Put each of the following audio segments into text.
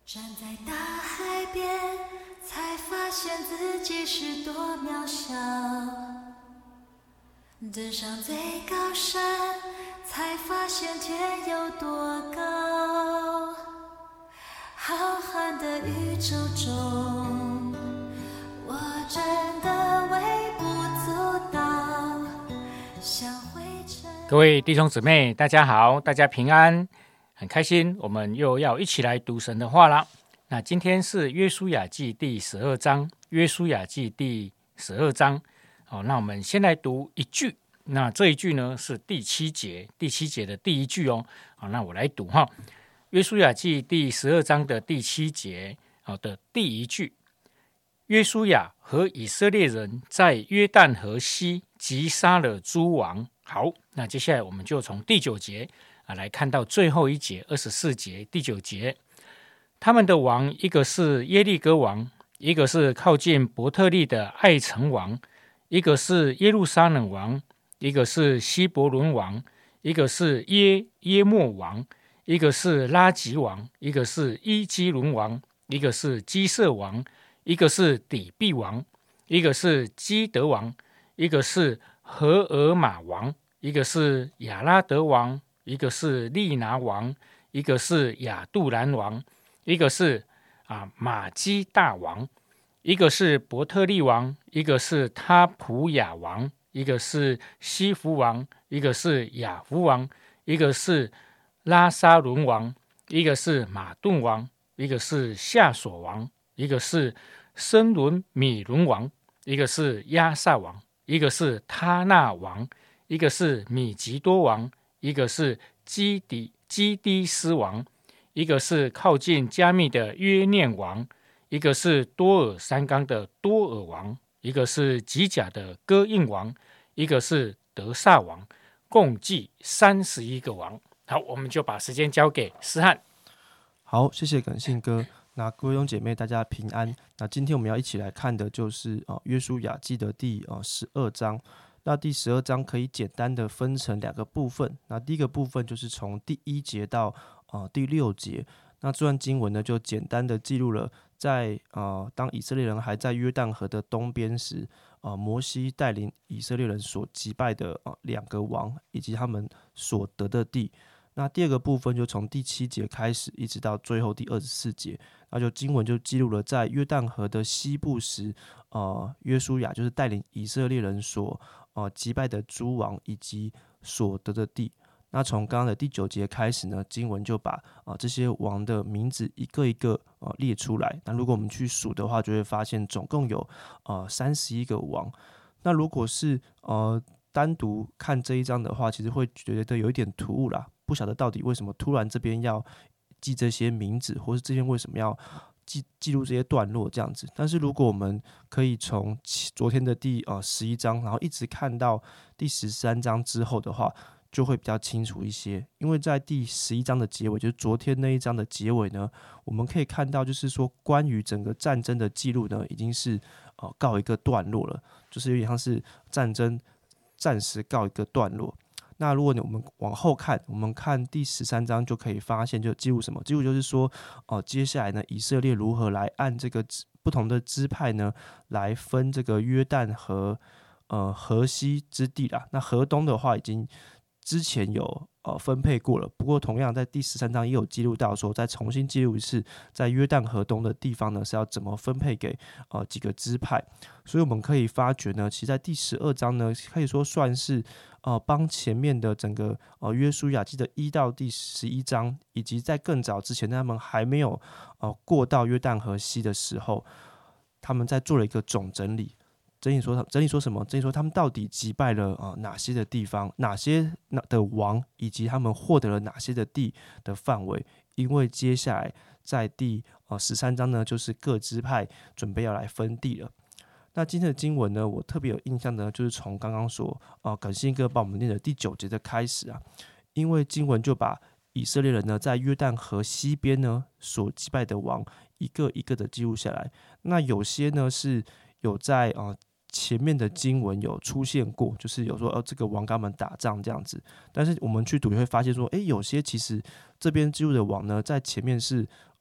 站在大海边，才发现自己是多渺小。登上最高山，才发现天有多高。浩瀚的宇宙中，我真的微不足道，像灰尘。 各位弟兄姊妹，大家好，大家平安，很开心，我们又要一起来读神的话了。那今天是约书亚记第12章，约书亚记第12章。那我们先来读一句，那这一句呢是第7节的第一句哦。那我来读哈，约书亚记第12章的第7节的第一句。约书亚和以色列人在约旦河西击杀了诸王。好，那接下来我们就从第9节来看到最后一节24节第9节。他们的王，一个是耶利哥王，一个是靠近伯特利的艾城王，一个是耶路撒冷王，一个是希伯伦王，一个是耶莫王，一个是拉吉王，一个是伊基伦王，一个是基色王，一个是底比王，一个是基德王，一个是荷尔玛王，一个是亚拉德王，一个是利拿王，一个是亚杜兰王，一个是马基大王，一个是伯特利王，一个是他普雅王，一个是西弗王，一个是亚弗王，一个是拉沙伦王，一个是马顿王，一个是夏索王，一个是申伦米伦王，一个是亚萨王，一个是他纳王，一个是米吉多王，一个是基低斯王，一个是靠近加密的约念王，一个是多尔山冈的多尔王，一个是吉甲的哥印王，一个是德萨王，共计31个王。好，我们就把时间交给思翰。 好，谢谢耿信哥。那各位弟兄姐妹，大家平安。那今天我们要一起来看的就是约书亚记的第12章。那第12章可以简单的分成2个部分。那第一个部分就是从第1节到第6节。那这段经文呢，就简单的记录了在当以色列人还在约旦河的东边时，摩西带领以色列人所击败的2个王，以及他们所得的地。那第二个部分就从第7节开始，一直到最后第24节，那就经文就记录了在约旦河的西部时，约书亚就是带领以色列人所击败的诸王以及所得的地。那从刚刚的第9节开始呢，经文就把这些王的名字一个一个列出来。那如果我们去数的话，就会发现总共有31个王。那如果是单独看这一章的话，其实会觉得有一点突兀啦。不晓得到底为什么突然这边要记这些名字，或是这边为什么要记录这些段落这样子。但是如果我们可以从昨天的第11章，然后一直看到第13章之后的话，就会比较清楚一些。因为在第11章的结尾，就是昨天那一章的结尾呢，我们可以看到就是说关于整个战争的记录呢，已经是告一个段落了，就是有点像是战争暂时告一个段落。那如果我们往后看，我们看第13章就可以发现，就记录什么？记录就是说，接下来呢，以色列如何来按这个不同的支派呢，来分这个约旦河河西之地啦。那河东的话，已经之前有分配过了，不过同样在第13章也有记录到说，再重新记录一次，在约旦河东的地方呢是要怎么分配给几个支派。所以我们可以发觉呢，其实在第12章呢，可以说算是帮前面的整个约书亚记的1到第11章，以及在更早之前他们还没有过到约旦河西的时候，他们在做了一个总整理。整理说什么？整理说他们到底击败了哪些的地方，哪些的王，以及他们获得了哪些的地的范围。因为接下来在第13章呢，就是各支派准备要来分地了。那今天的经文呢，我特别有印象的，就是从刚刚所耿信哥帮我们念的第9节的开始啊，因为经文就把以色列人呢在约旦河西边呢所击败的王一个一个的记录下来。那有些呢是有在前面的经文有出现过，就是有说这个王跟他们打仗这样子。但是我们去读也会发现说，有些其实这边记录的王呢，在前面是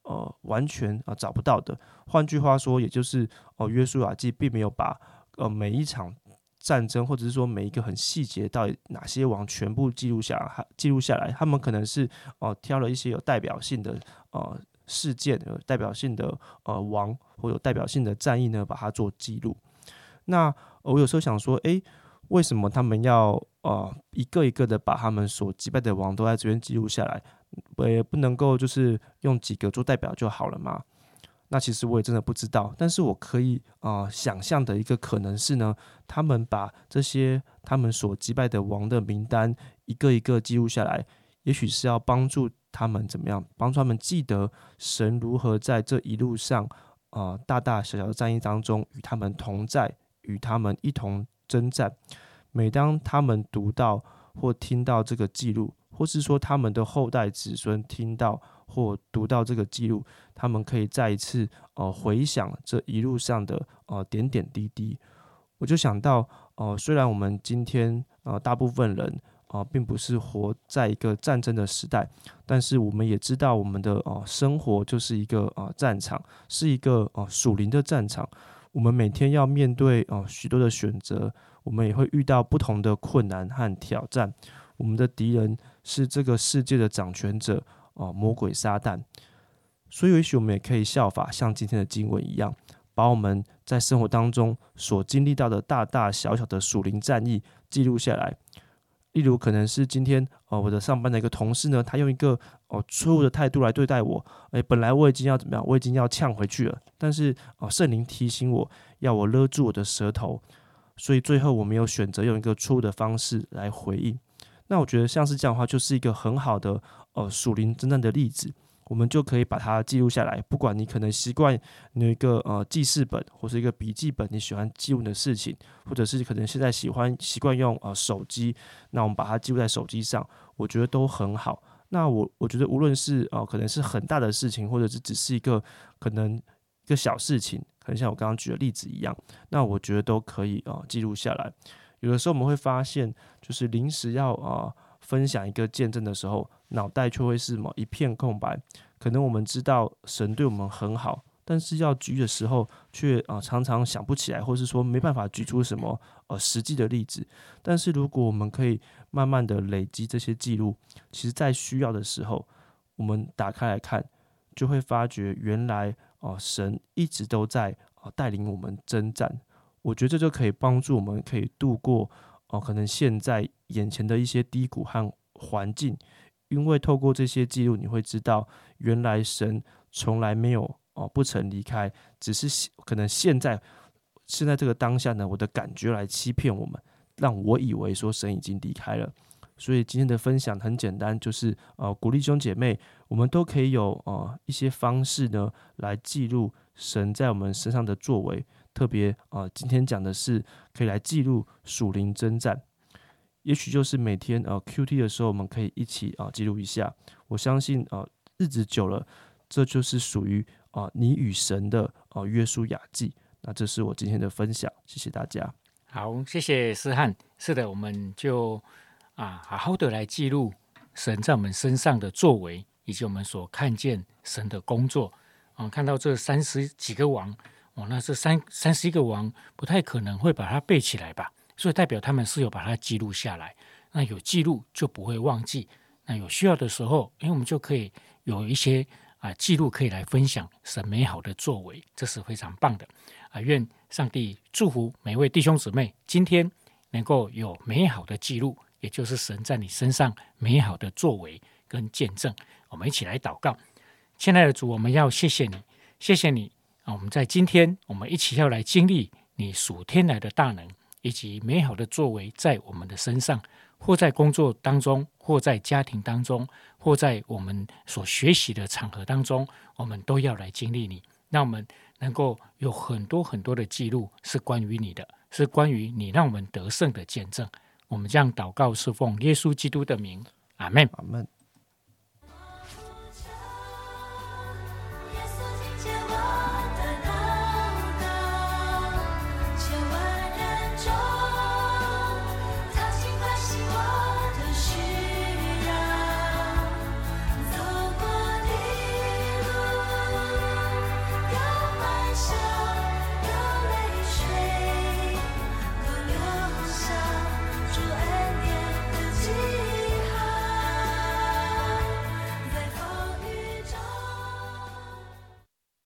完全找不到的。换句话说，也就是约书亚记并没有把每一场战争，或者是说每一个很细节到底哪些王全部记录下来。他们可能是挑了一些有代表性的事件，有代表性的王或有代表性的战役呢，把它做记录。那我有时候想说，为什么他们要一个一个的把他们所击败的王都在这边记录下来？也不能够就是用几个做代表就好了吗？那其实我也真的不知道，但是我可以想象的一个可能是呢，他们把这些他们所击败的王的名单一个一个记录下来，也许是要帮助他们怎么样，帮助他们记得神如何在这一路上大大小小的战役当中与他们同在，与他们一同征战。每当他们读到或听到这个记录，或是说他们的后代子孙听到或读到这个记录，他们可以再一次回想这一路上的点点滴滴。我就想到虽然我们今天大部分人并不是活在一个战争的时代，但是我们也知道我们的生活就是一个战场，是一个属灵的战场。我们每天要面对许多的选择，我们也会遇到不同的困难和挑战。我们的敌人是这个世界的掌权者魔鬼撒旦。所以也许我们也可以效法像今天的经文一样，把我们在生活当中所经历到的大大小小的属灵战役记录下来。例如可能是今天我的上班的一个同事呢，他用一个错误的态度来对待我，本来我已经要怎么样，我已经要呛回去了，但是圣灵提醒我要我勒住我的舌头，所以最后我没有选择用一个错误的方式来回应。那我觉得像是这样的话，就是一个很好的属灵征战的例子。我们就可以把它记录下来，不管你可能习惯你有一个记事本或是一个笔记本，你喜欢记录你的事情，或者是可能现在习惯用手机，那我们把它记录在手机上，我觉得都很好。那我觉得无论是可能是很大的事情，或者是只是一个可能一个小事情，可能像我刚刚举的例子一样，那我觉得都可以记录下来。有的时候我们会发现，就是临时要分享一个见证的时候，脑袋却会是一片空白。可能我们知道神对我们很好，但是要举的时候却常常想不起来，或是说没办法举出什么实际的例子。但是如果我们可以慢慢的累积这些记录，其实在需要的时候，我们打开来看，就会发觉原来神一直都在带领我们征战。我觉得这就可以帮助我们可以度过可能现在眼前的一些低谷和环境，因为透过这些记录，你会知道原来神从来没有不曾离开，只是可能现在这个当下呢，我的感觉来欺骗我们，让我以为说神已经离开了。所以今天的分享很简单，就是鼓励弟兄姐妹，我们都可以有一些方式呢，来记录神在我们身上的作为。特别今天讲的是可以来记录属灵征战，也许就是每天QT 的时候，我们可以一起记录一下。我相信日子久了，这就是属于你与神的约书亚记。那这是我今天的分享，谢谢大家。 好，谢谢思翰。是的，我们就好好的来记录神在我们身上的作为，以及我们所看见神的工作。看到这30几个王，那这31个王不太可能会把它背起来吧，所以代表他们是有把它记录下来。那有记录就不会忘记，那有需要的时候我们就可以有一些记录可以来分享神美好的作为，这是非常棒的。愿上帝祝福每位弟兄姊妹今天能够有美好的记录，也就是神在你身上美好的作为跟见证。我们一起来祷告。亲爱的主，我们要谢谢你，谢谢你我们在今天我们一起要来经历你属天来的大能以及美好的作为在我们的身上，或在工作当中，或在家庭当中，或在我们所学习的场合当中，我们都要来经历你。让我们能够有很多很多的记录是关于你的，是关于你让我们得胜的见证。我们这样祷告是奉耶稣基督的名，阿们。 阿们。